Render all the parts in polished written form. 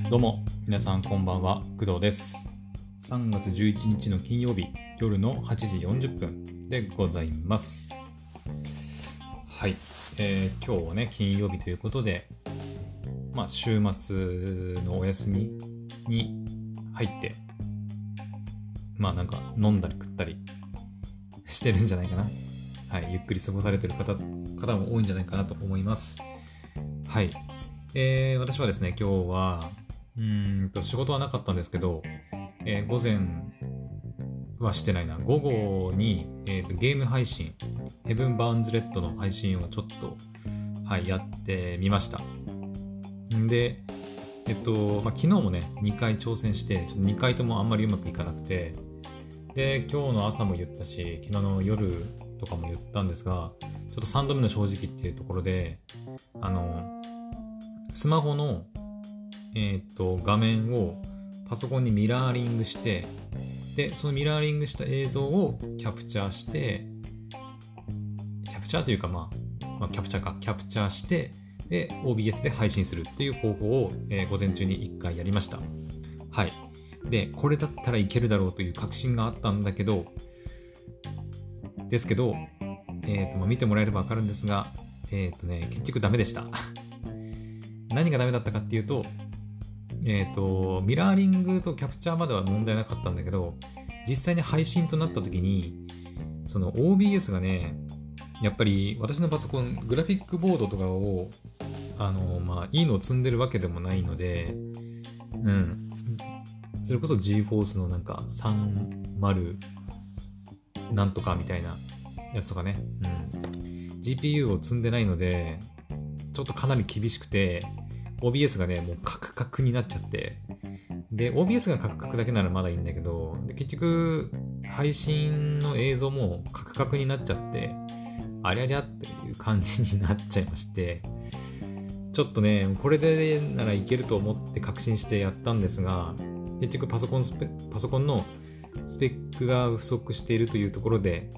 どうも皆さんこんばんは、工藤です。3月11日の金曜日夜の8時40分でございます。はい、今日はね金曜日ということで、週末のお休みに入ってなんか飲んだり食ったりしてるんじゃないかな。はい、ゆっくり過ごされてる方も多いんじゃないかなと思います。はい、私はですね今日は仕事はなかったんですけど、午前はしてないな。午後に、ゲーム配信ヘブン・バーンズ・レッドの配信をちょっと、やってみました。で昨日もね2回挑戦してちょっと2回ともあんまりうまくいかなくて、で今日の朝も言ったし昨日の夜とかも言ったんですが、ちょっと3度目の正直っていうところでスマホの画面をパソコンにミラーリングして、でそのミラーリングした映像をキャプチャーして、キャプチャーして、で OBS で配信するっていう方法を、午前中に1回やりました。はい。でこれだったらいけるだろうという確信があったんだけど、見てもらえれば分かるんですが、結局ダメでした。何がダメだったかっていうと、ミラーリングとキャプチャーまでは問題なかったんだけど、実際に配信となった時にその OBS がね、やっぱり私のパソコングラフィックボードとかをいいのを積んでるわけでもないので、それこそ GForce のなんか30なんとかみたいなやつとかね、GPU を積んでないのでちょっとかなり厳しくて、OBS がねもうカクカクになっちゃって、で OBS がカクカクだけならまだいいんだけど、で結局配信の映像もカクカクになっちゃって、ありゃりゃっていう感じになっちゃいまして、ちょっとねこれでならいけると思って確信してやったんですが、結局パソコンのスペックが不足しているというところで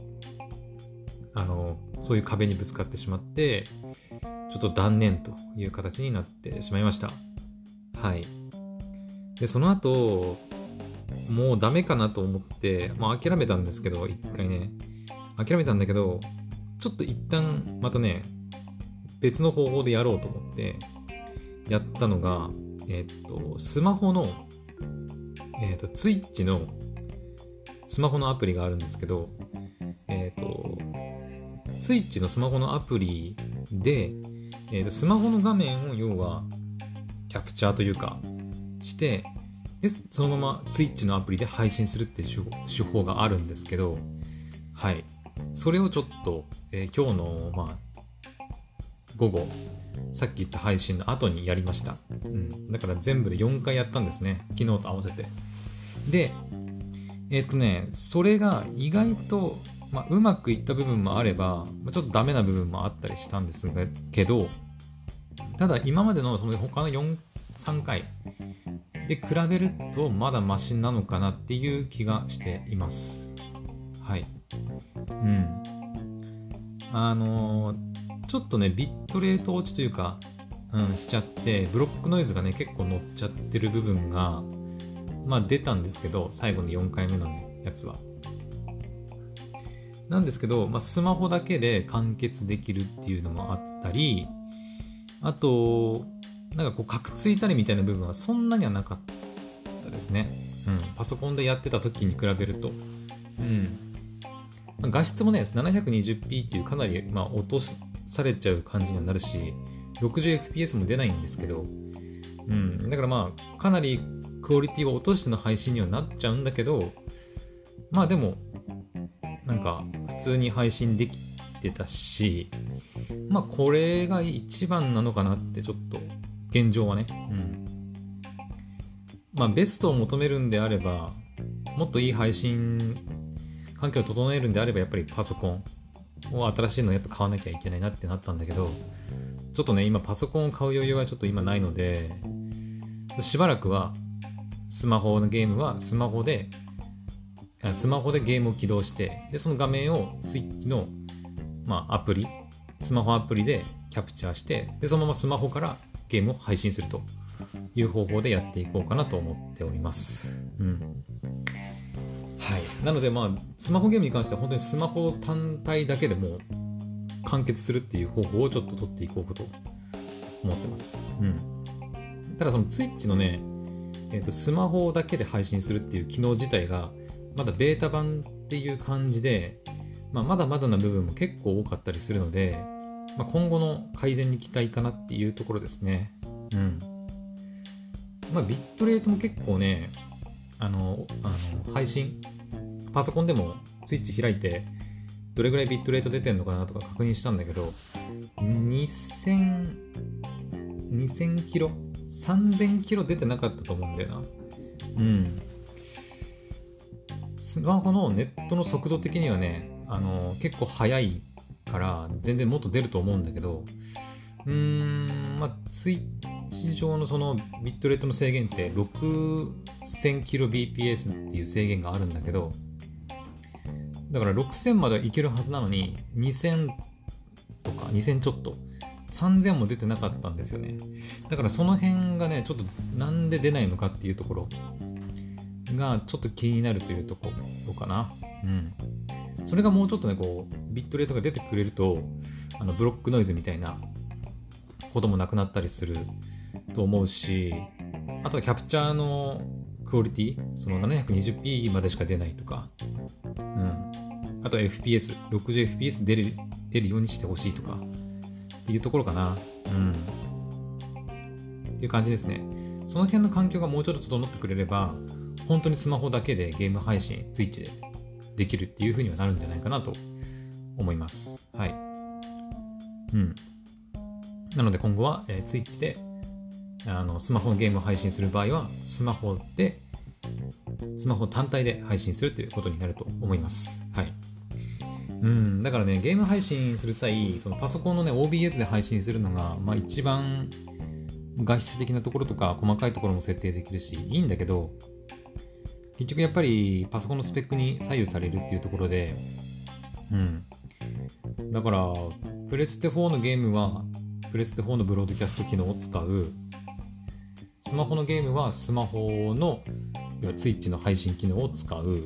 そういう壁にぶつかってしまって、ちょっと断念という形になってしまいました。はい。でその後もうダメかなと思って、諦めたんですけど、一回ね諦めたんだけど、ちょっと一旦またね別の方法でやろうと思ってやったのが、スマホのTwitch のスマホのアプリがあるんですけど、Twitch のスマホのアプリで、スマホの画面を要はキャプチャーというかして、でそのまま Twitch のアプリで配信するっていう手法があるんですけど、はい、それをちょっと、今日の午後さっき言った配信の後にやりました。だから全部で4回やったんですね、昨日と合わせて。でそれが意外とうまくいった部分もあれば、ちょっとダメな部分もあったりしたんですけど、ただ今までのその他の3回で比べるとまだマシなのかなっていう気がしています。はい。ちょっとねビットレート落ちというか、しちゃって、ブロックノイズがね結構乗っちゃってる部分が出たんですけど、最後の4回目のやつはなんですけど、スマホだけで完結できるっていうのもあったり、あとなんかこうカクついたりみたいな部分はそんなにはなかったですね。パソコンでやってた時に比べると、画質もね 720p っていうかなり落とされちゃう感じにはなるし、60fps も出ないんですけど、だからかなりクオリティを落としての配信にはなっちゃうんだけど、でもなんか普通に配信できてたし、これが一番なのかなってちょっと現状はね、ベストを求めるんであれば、もっといい配信環境を整えるんであればやっぱりパソコンを新しいのやっぱ買わなきゃいけないなってなったんだけど、ちょっとね今パソコンを買う余裕はちょっと今ないので、しばらくはスマホのゲームはスマホでゲームを起動して、でその画面をスイッチのスマホアプリでキャプチャーして、でそのままスマホからゲームを配信するという方法でやっていこうかなと思っております。はい。なのでスマホゲームに関しては本当にスマホ単体だけでも完結するっていう方法をちょっと取っていこうかと思ってます。ただその Twitch のね、スマホだけで配信するっていう機能自体がまだベータ版っていう感じで、まだまだな部分も結構多かったりするので、今後の改善に期待かなっていうところですね。ビットレートも結構ね、配信、パソコンでもスイッチ開いて、どれぐらいビットレート出てんのかなとか確認したんだけど、2000キロ ?3000 キロ出てなかったと思うんだよな。スマホのネットの速度的にはね、結構速いから全然もっと出ると思うんだけど、スイッチ上のそのビットレートの制限って6000キロ bps っていう制限があるんだけど、だから6000まではいけるはずなのに2000とか2000ちょっと3000も出てなかったんですよね。だからその辺がね、ちょっとなんで出ないのかっていうところがちょっと気になるというところかな。それがもうちょっとね、こうビットレートが出てくれると、ブロックノイズみたいなこともなくなったりすると思うし、あとはキャプチャーのクオリティ、その 720p までしか出ないとか、あとは FPS、60fps 出るようにしてほしいとかっていうところかな。っていう感じですね。その辺の環境がもうちょっと整ってくれれば、本当にスマホだけでゲーム配信、スイッチでできるっていう風にはなるんじゃないかなと思います。はい。なので今後は、スイッチでスマホのゲームを配信する場合は、スマホ単体で配信するということになると思います。はい。だからね、ゲーム配信する際、そのパソコンのね、OBS で配信するのが、一番画質的なところとか、細かいところも設定できるし、いいんだけど、結局やっぱりパソコンのスペックに左右されるっていうところで、だから、プレステ4のゲームは、プレステ4のブロードキャスト機能を使う、スマホのゲームはスマホのツイッチの配信機能を使う。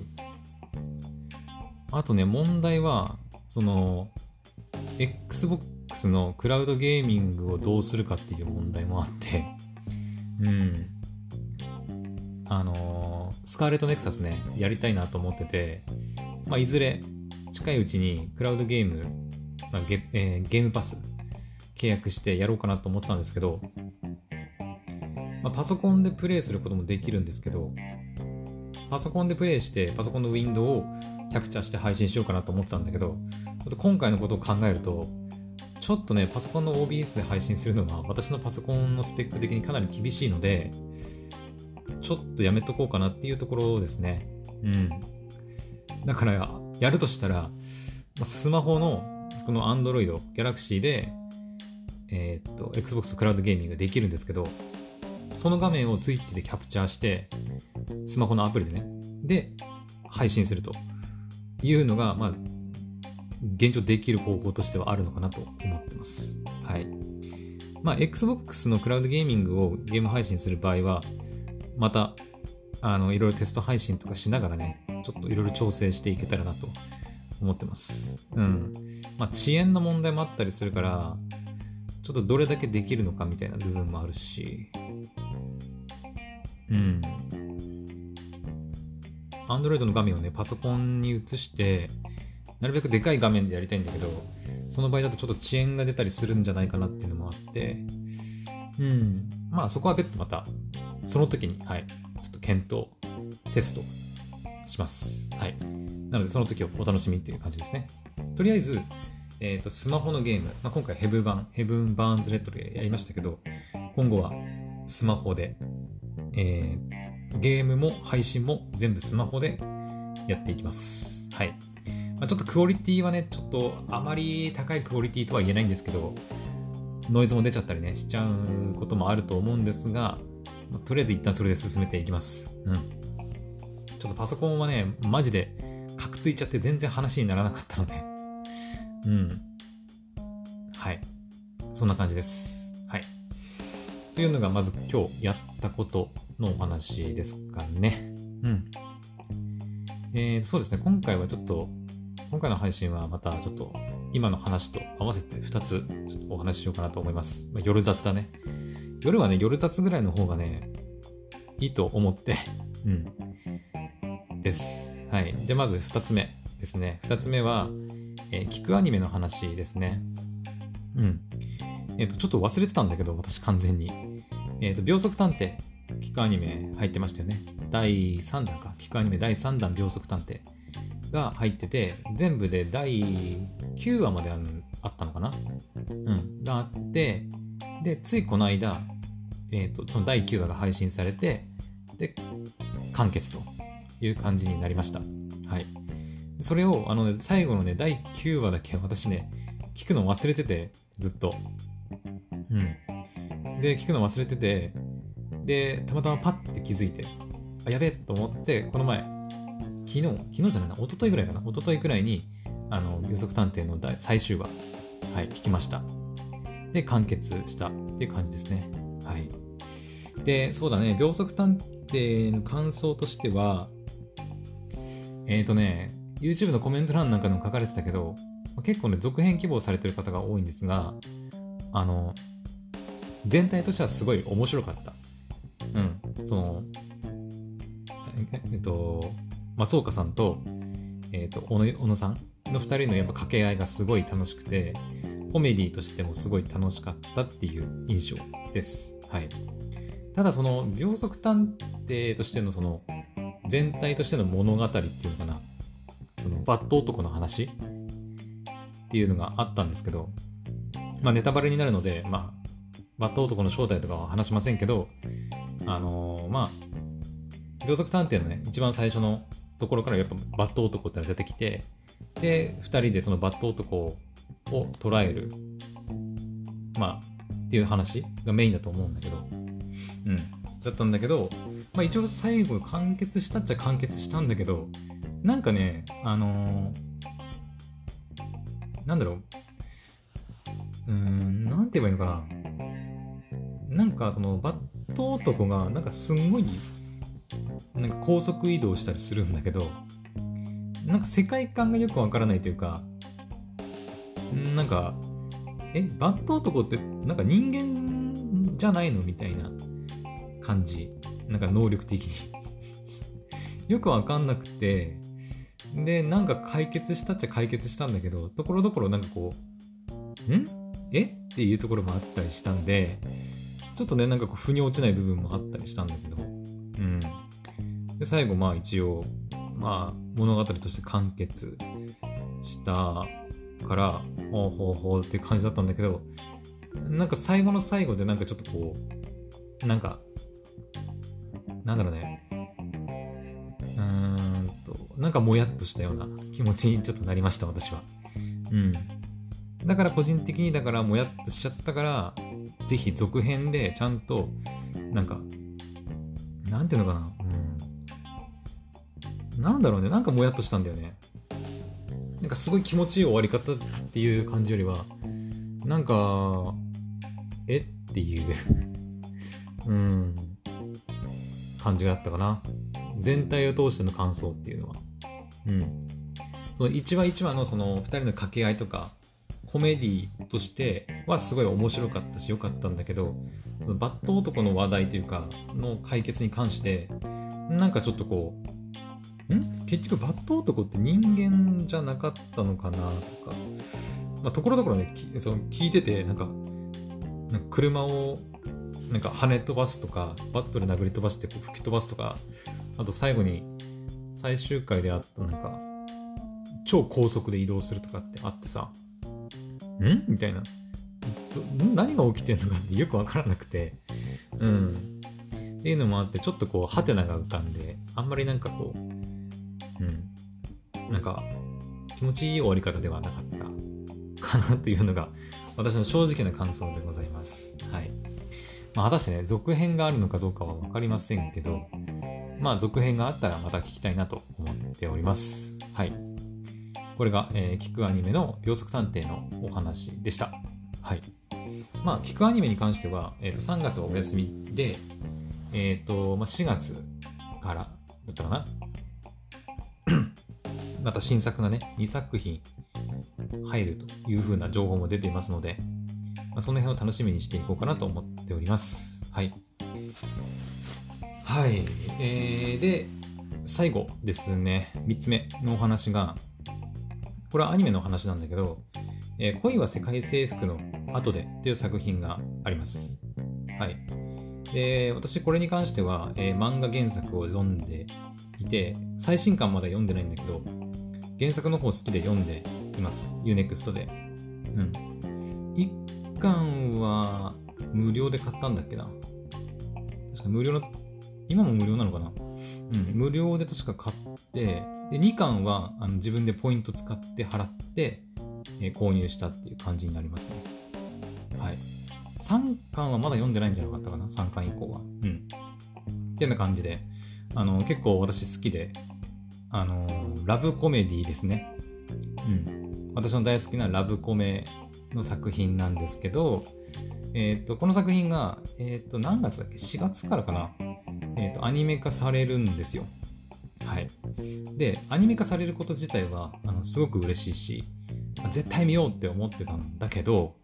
あとね、問題はその Xbox のクラウドゲーミングをどうするかっていう問題もあって、スカーレットネクサスね、やりたいなと思ってて、いずれ近いうちにクラウドゲーム、ゲームパス契約してやろうかなと思ってたんですけど、パソコンでプレイすることもできるんですけど、パソコンでプレイしてパソコンのウィンドウをキャプチャーして配信しようかなと思ってたんだけど、ちょっと今回のことを考えると、ちょっとね、パソコンの OBS で配信するのが私のパソコンのスペック的にかなり厳しいので、ちょっとやめとこうかなっていうところですね。だからやるとしたら、スマホのこの Android、Galaxy でXbox クラウドゲーミングができるんですけど、その画面を Twitch でキャプチャーしてスマホのアプリでね、で配信するというのが現状できる方法としてはあるのかなと思ってます。はい。Xbox のクラウドゲーミングをゲーム配信する場合はまたいろいろテスト配信とかしながらね、ちょっといろいろ調整していけたらなと思ってます。遅延の問題もあったりするから、ちょっとどれだけできるのかみたいな部分もあるし、Android の画面をね、パソコンに移して、なるべくでかい画面でやりたいんだけど、その場合だとちょっと遅延が出たりするんじゃないかなっていうのもあって、そこは別途また、その時に、ちょっと検討、テストします。はい。なので、その時をお楽しみっていう感じですね。とりあえず、スマホのゲーム、今回ヘブン・バーンズ・レッドでやりましたけど、今後はスマホで、ゲームも配信も全部スマホでやっていきます。はい。ちょっとクオリティはね、ちょっとあまり高いクオリティとは言えないんですけど、ノイズも出ちゃったりね、しちゃうこともあると思うんですが、とりあえず一旦それで進めていきます。ちょっとパソコンはね、マジでカクついちゃって全然話にならなかったので、はい。そんな感じです。はい。 というのがまず今日やったことのお話ですかね。そうですね、今回の配信はまたちょっと今の話と合わせて2つちょっとお話ししようかなと思います。夜雑だね。夜はね、夜雑ぐらいの方がね、いいと思って、です。はい。じゃあまず2つ目ですね。2つ目は、聞くアニメの話ですね。ちょっと忘れてたんだけど、私完全に。秒速探偵、聞くアニメ入ってましたよね。第3弾か。聞くアニメ第3弾秒速探偵が入ってて、全部で第9話まであったのかながあって、で、ついこの間、その第9話が配信されて、で、完結という感じになりました。はい。それを、最後のね、第9話だけ私ね、聞くの忘れてて、ずっと。で、聞くの忘れてて、で、たまたまパッて気づいて、やべえと思って、この前、昨日じゃないな、一昨日ぐらいかな、一昨日くらいに、秒速探偵の最終話、はい、聞きました。で、完結したっていう感じですね。はい。で、そうだね、秒速探偵の感想としては、YouTube のコメント欄なんかでも書かれてたけど、結構ね、続編希望されてる方が多いんですが、全体としてはすごい面白かった。松岡さんと、小野さんの2人のやっぱ掛け合いがすごい楽しくて、コメディとしてもすごい楽しかったっていう印象です。はい。ただその秒速探偵としてのその全体としての物語っていうのかな、そのバット男の話っていうのがあったんですけど、ネタバレになるので、バット男の正体とかは話しませんけど、秒速探偵のね、一番最初のところからやっぱバット男ってのが出てきて、で、2人でそのバット男を捉える、っていう話がメインだと思うんだけど、だったんだけど、一応最後完結したっちゃ完結したんだけど、なんかね、なんだろう、なんて言えばいいのかな。なんかそのバット男がなんかすんごいなんか高速移動したりするんだけど、なんか世界観がよくわからないというか、なんかバット男ってなんか人間じゃないのみたいな感じ、なんか能力的によくわかんなくて、でなんか解決したっちゃ解決したんだけど、ところどころなんかこうっていうところもあったりしたんで、ちょっとねなんかこう腑に落ちない部分もあったりしたんだけど、で最後一応物語として完結したからほうっていう感じだったんだけど、なんか最後の最後でなんかちょっとこうなんかなんだろうね、なんかもやっとしたような気持ちにちょっとなりました、私は。だから個人的にもやっとしちゃったから、ぜひ続編でちゃんとなんかなんていうのかな、なんだろうね、なんかもやっとしたんだよね。なんかすごい気持ちいい終わり方っていう感じよりは、なんかっていう感じがあったかな。全体を通しての感想っていうのは、その1話1話のその2人の掛け合いとかコメディとしてはすごい面白かったし良かったんだけど、そのバット男の話題というかの解決に関してなんかちょっとこう結局バット男って人間じゃなかったのかなとか、ところどころねその聞いててなんか車をなんか跳ね飛ばすとかバットで殴り飛ばしてこう吹き飛ばすとか、あと最後に最終回であったなんか超高速で移動するとかってあってさ、みたいな、何が起きてんのかってよく分からなくて、っていうのもあって、ちょっとこうハテナが浮かんで、あんまりなんかこうなんか気持ちいい終わり方ではなかったかなというのが私の正直な感想でございます。はい。果たしてね続編があるのかどうかは分かりませんけど、続編があったらまた聞きたいなと思っております。はい。これが、聞くアニメの秒速探偵のお話でした。はい。 聞くアニメに関しては、3月はお休みで、4月からだったかなまた新作がね、2作品入るという風な情報も出ていますので、その辺を楽しみにしていこうかなと思っております。はい。はい。で、最後ですね、3つ目のお話が、これはアニメの話なんだけど、恋は世界征服の後でという作品があります。はい。で、私これに関しては、漫画原作を読んでいて、最新刊まだ読んでないんだけど、原作の方好きで読んでいます。Unext で。1巻は無料で買ったんだっけな。確か無料の、今も無料なのかな。無料で確か買って、で2巻は自分でポイント使って払って、購入したっていう感じになりますね。はい。3巻はまだ読んでないんじゃなかったかな、3巻以降は。ってな感じで、結構私好きで、ラブコメディですね。私の大好きなラブコメの作品なんですけど、この作品が、何月だっけ ?4 月からかな、アニメ化されるんですよ。はい。で、アニメ化されること自体はすごく嬉しいし、絶対見ようって思ってたんだけど、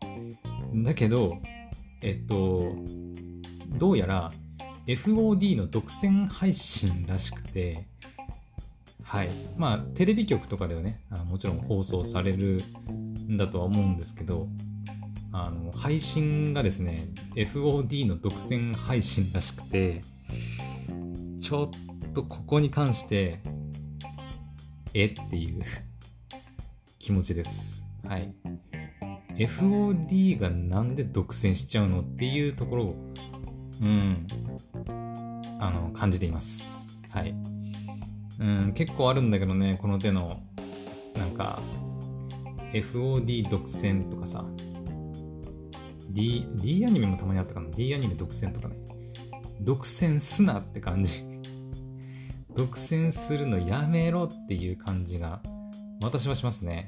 どうやら FOD の独占配信らしくて、はい。テレビ局とかではね、もちろん放送されるんだとは思うんですけど、配信がですね、FOD の独占配信らしくて、ちょっとここに関してっていう気持ちです。はい。FOD がなんで独占しちゃうのっていうところを感じています。はい。結構あるんだけどね、この手のなんか FOD 独占とかさ、D アニメもたまにあったかな。D アニメ独占とかね。独占すなって感じ。独占するのやめろっていう感じが私はしますね。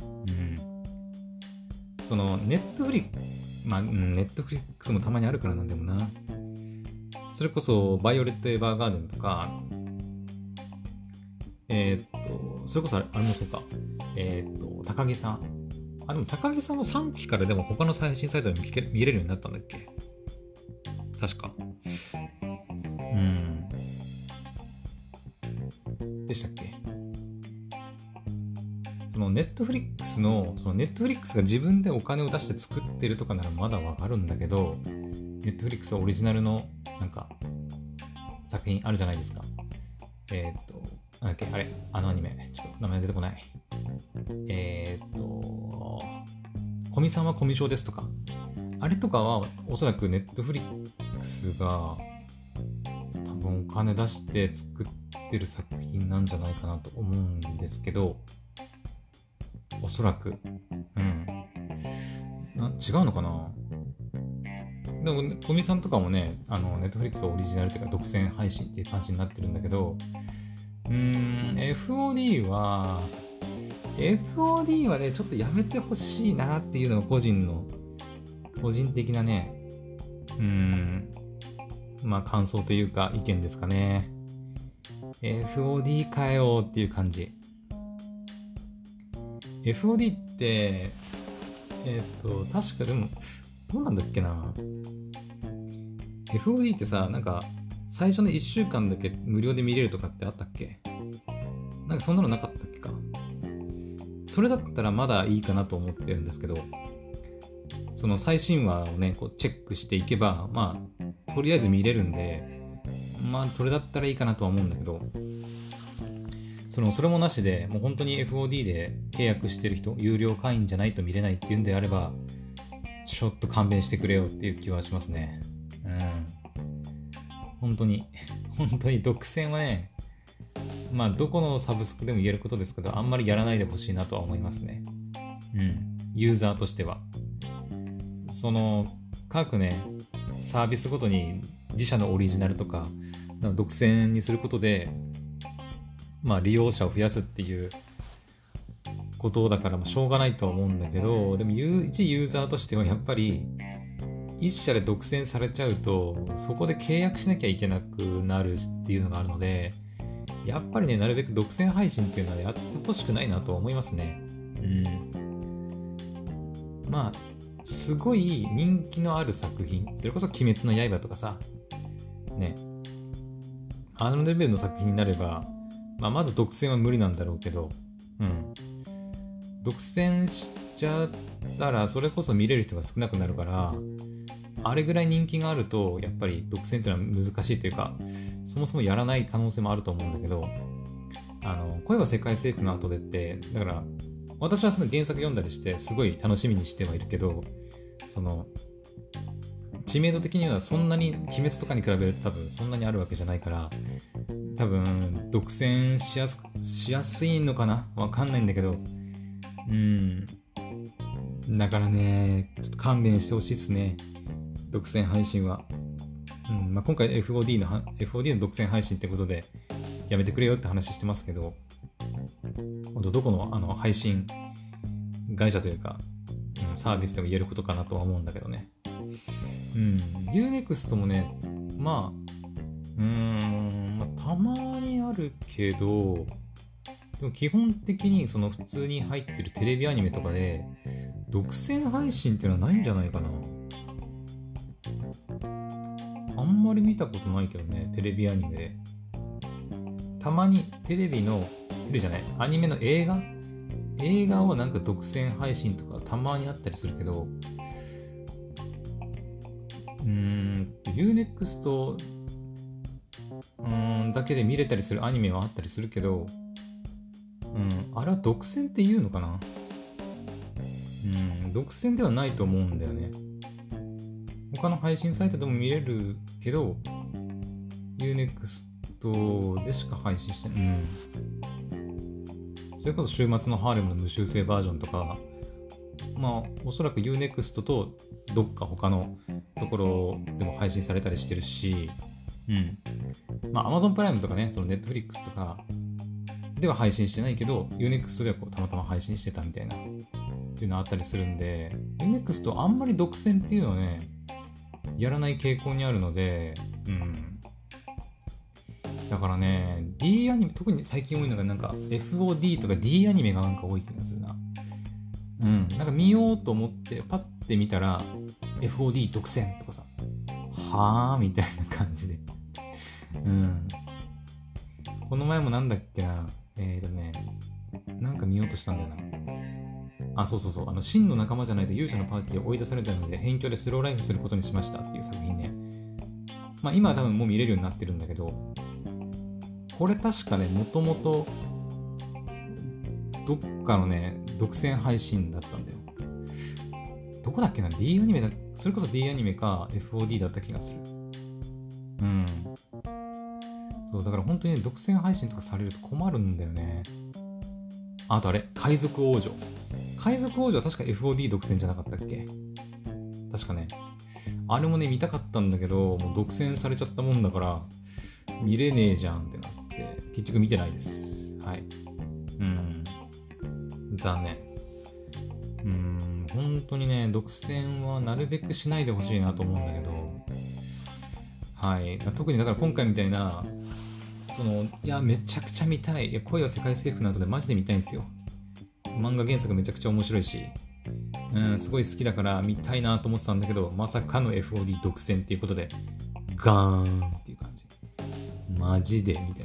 そのネットフリックスもたまにあるからなんでもな。それこそバイオレット・エヴァーガーデンとか、それこそあれもそうか、高木さん。でも高木さんは3期からでも他の配信サイトで見れるようになったんだっけ、確か。でしたっけ。そのネットフリックスが自分でお金を出して作ってるとかならまだわかるんだけど、ネットフリックスオリジナルのなんか作品あるじゃないですか。なんだっけ、あのアニメ、ちょっと名前出てこない。古見さんはコミュ障ですとか、あれとかはおそらくネットフリックスが多分お金出して作ってる作品なんじゃないかなと思うんですけど、おそらく違うのかな。でも古見さんとかもね、ネットフリックスオリジナルというか独占配信っていう感じになってるんだけど、FOD はね、ちょっとやめてほしいなっていうのが個人的なね、感想というか意見ですかね。FOD かよっていう感じ。FOD って、確かでも、どうなんだっけな。FOD ってさ、なんか、最初の1週間だけ無料で見れるとかってあったっけ？なんかそんなのなかったっけか。それだったらまだいいかなと思ってるんですけど、その最新話をね、こうチェックしていけば、とりあえず見れるんで、それだったらいいかなとは思うんだけど、それもなしで、もう本当に FOD で契約してる人、有料会員じゃないと見れないっていうんであれば、ちょっと勘弁してくれよっていう気はしますね。本当に独占はね、どこのサブスクでも言えることですけど、あんまりやらないでほしいなとは思いますね。ユーザーとしては。各ね、サービスごとに自社のオリジナルとか、独占にすることで、利用者を増やすっていうことだからしょうがないとは思うんだけど、でも一ユーザーとしてはやっぱり一社で独占されちゃうとそこで契約しなきゃいけなくなるっていうのがあるので、やっぱりねなるべく独占配信っていうのはやってほしくないなと思いますね。まあすごい人気のある作品、それこそ鬼滅の刃とかさね、あのレベルの作品になれば、まず独占は無理なんだろうけど、独占しちゃったらそれこそ見れる人が少なくなるから、あれぐらい人気があるとやっぱり独占っていうのは難しいというか、そもそもやらない可能性もあると思うんだけど、恋は世界征服の後でって、だから私はその原作読んだりしてすごい楽しみにしてはいるけど、その知名度的にはそんなに鬼滅とかに比べると多分そんなにあるわけじゃないから、多分独占しやすいのかな、わかんないんだけど、だからねちょっと勘弁してほしいですね、独占配信は。今回 FOD の独占配信ってことでやめてくれよって話してますけど、どこの配信会社というか、サービスでも言えることかなとは思うんだけどね。Unext もね、たまにあるけど、でも基本的にその普通に入ってるテレビアニメとかで独占配信っていうのはないんじゃないかな。あんまり見たことないけどね、テレビアニメで。たまにアニメの映画をなんか独占配信とかたまにあったりするけど、Unext だけで見れたりするアニメはあったりするけど、あれは独占って言うのかな。独占ではないと思うんだよね。他の配信サイトでも見れるけど Unext でしか配信してない。それこそ週末のハーレムの無修正バージョンとか、おそらく Unext とどっか他のところでも配信されたりしてるし、Amazon プライムとかね、その Netflix とかでは配信してないけど Unext ではたまたま配信してたみたいなっていうのあったりするんで、 Unext あんまり独占っていうのはねやらない傾向にあるので、だからね D アニメ、特に最近多いのがなんか FOD とか D アニメがなんか多い気がするな。なんか見ようと思ってパッて見たら FOD 独占とかさ、はぁみたいな感じでこの前もなんだっけな、なんか見ようとしたんだよな。そう、真の仲間じゃないと勇者のパーティーを追い出されたので辺境でスローライフすることにしましたっていう作品ね。今は多分もう見れるようになってるんだけど、これ確かねもともとどっかのね独占配信だったんだよ。どこだっけな、 D アニメだ、それこそ D アニメか FOD だった気がする。そうだから本当に、ね、独占配信とかされると困るんだよね。あとあれ、海賊王女は確か FOD 独占じゃなかったっけ。確かね、あれもね見たかったんだけど、もう独占されちゃったもんだから見れねえじゃんってなって結局見てないです。はい。残念。本当にね独占はなるべくしないでほしいなと思うんだけど、はい。特にだから今回みたいな、いやめちゃくちゃ見たい、いや恋は世界征服などでマジで見たいんですよ。漫画原作めちゃくちゃ面白いし、すごい好きだから見たいなと思ってたんだけど、まさかの FOD 独占っていうことでガーンっていう感じ。マジでみたい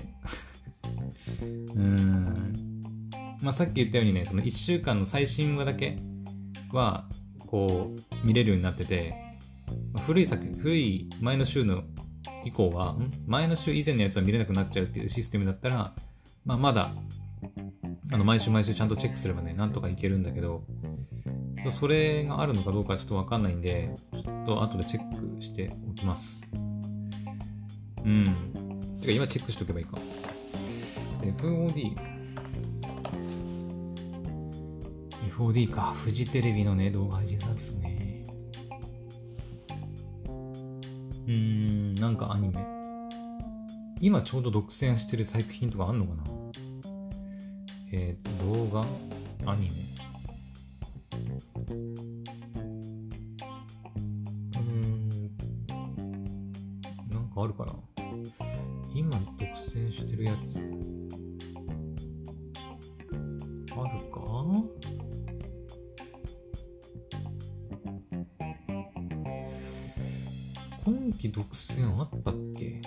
な。さっき言ったようにね、その1週間の最新話だけはこう見れるようになってて、古い前の週の以降は前の週以前のやつは見れなくなっちゃうっていうシステムだったら、まだ毎週ちゃんとチェックすればねなんとかいけるんだけど、それがあるのかどうかちょっと分かんないんで、ちょっと後でチェックしておきます。てか今チェックしておけばいいか。FOD か、フジテレビのね動画配信サービスね。なんかアニメ今ちょうど独占してる作品とかあんのかな。動画アニメかあるかな。今独占してるやつあるか。今期独占あったっけ。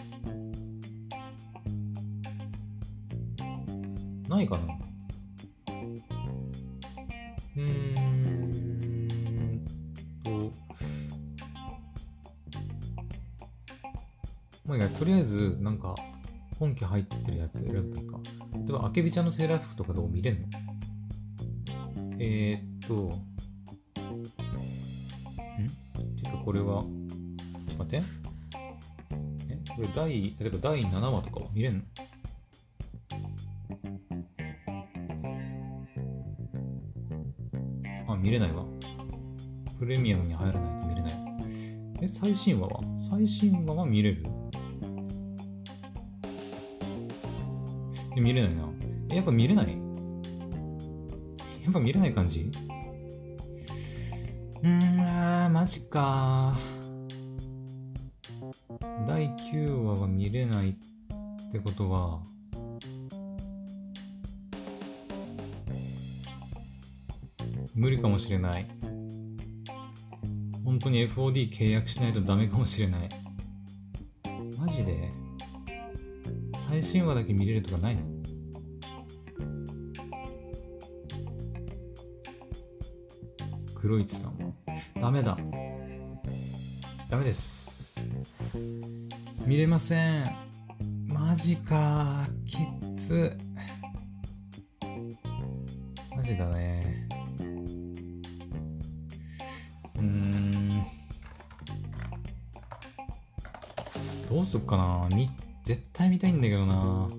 ないかな。まあいや、とりあえずなんか本気入ってるやつ選ぶか。例えばあけびちゃんのセーラー服とかどう見れんの？てかこれはちょっと待って、これ例えば第7話とかは見れんの？見れないわ。プレミアムに入らないと見れない。最新話は見れる？見れないな。やっぱ見れない？やっぱ見れない感じ？マジか。第9話が見れないってことは、無理かもしれない。本当に FOD 契約しないとダメかもしれない。マジで？最新話だけ見れるとかないの？黒市さんはダメです。見れません。マジか。きつ。マジだね。どうすっかな。絶対見たいんだけどな。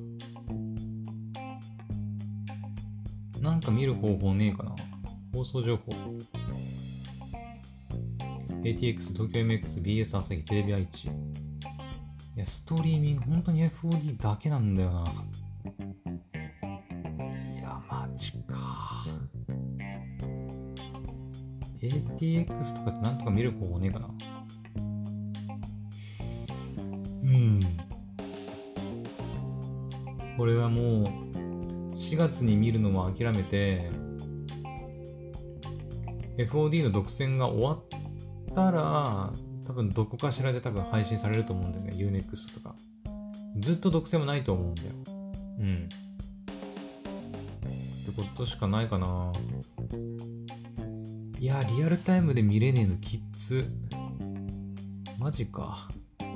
なんか見る方法ねえかな。放送情報。ATX、東京 MX、BS 朝日、テレビ愛知。いや、ストリーミング本当に FOD だけなんだよな。いや、マジか。ATX とかってなんとか見る方法ねえかな。これはもう4月に見るのも諦めて FOD の独占が終わったら多分どこかしらで配信されると思うんだよね。 UNEXT とかずっと独占もないと思うんだよ。ってことしかないかな。いや、リアルタイムで見れねえのきっつ。マジか。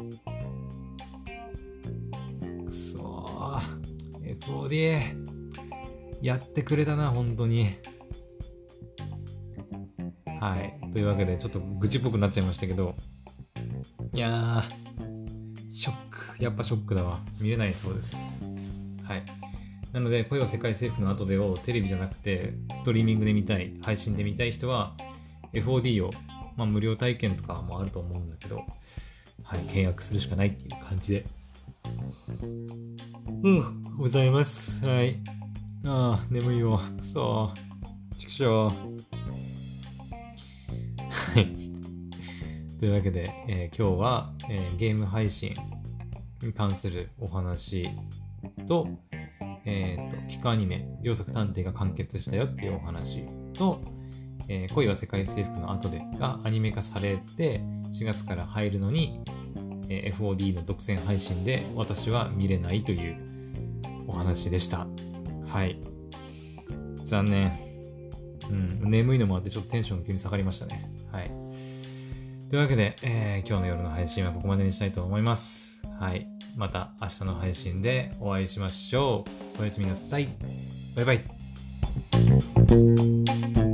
くそー。FOD やってくれたな、本当に。はい。というわけで、ちょっと愚痴っぽくなっちゃいましたけど、いやー、ショック。やっぱショックだわ。見れないそうです。はい。なので、恋は世界征服の後でをテレビじゃなくて、ストリーミングで見たい、配信で見たい人は、FOD を、無料体験とかもあると思うんだけど、はい、契約するしかないっていう感じで。ございます。はい。眠いよ。くそー。ちくしょー。はい。というわけで、今日は、ゲーム配信に関するお話と、ピカアニメ、両作探偵が完結したよっていうお話と、恋は世界征服の後でがアニメ化されて4月から入るのに、FOD の独占配信で私は見れないというお話でした。はい。残念。眠いのもあってちょっとテンションが急に下がりましたね。はい。というわけで、今日の夜の配信はここまでにしたいと思います。はい。また明日の配信でお会いしましょう。おやすみなさい。バイバイ。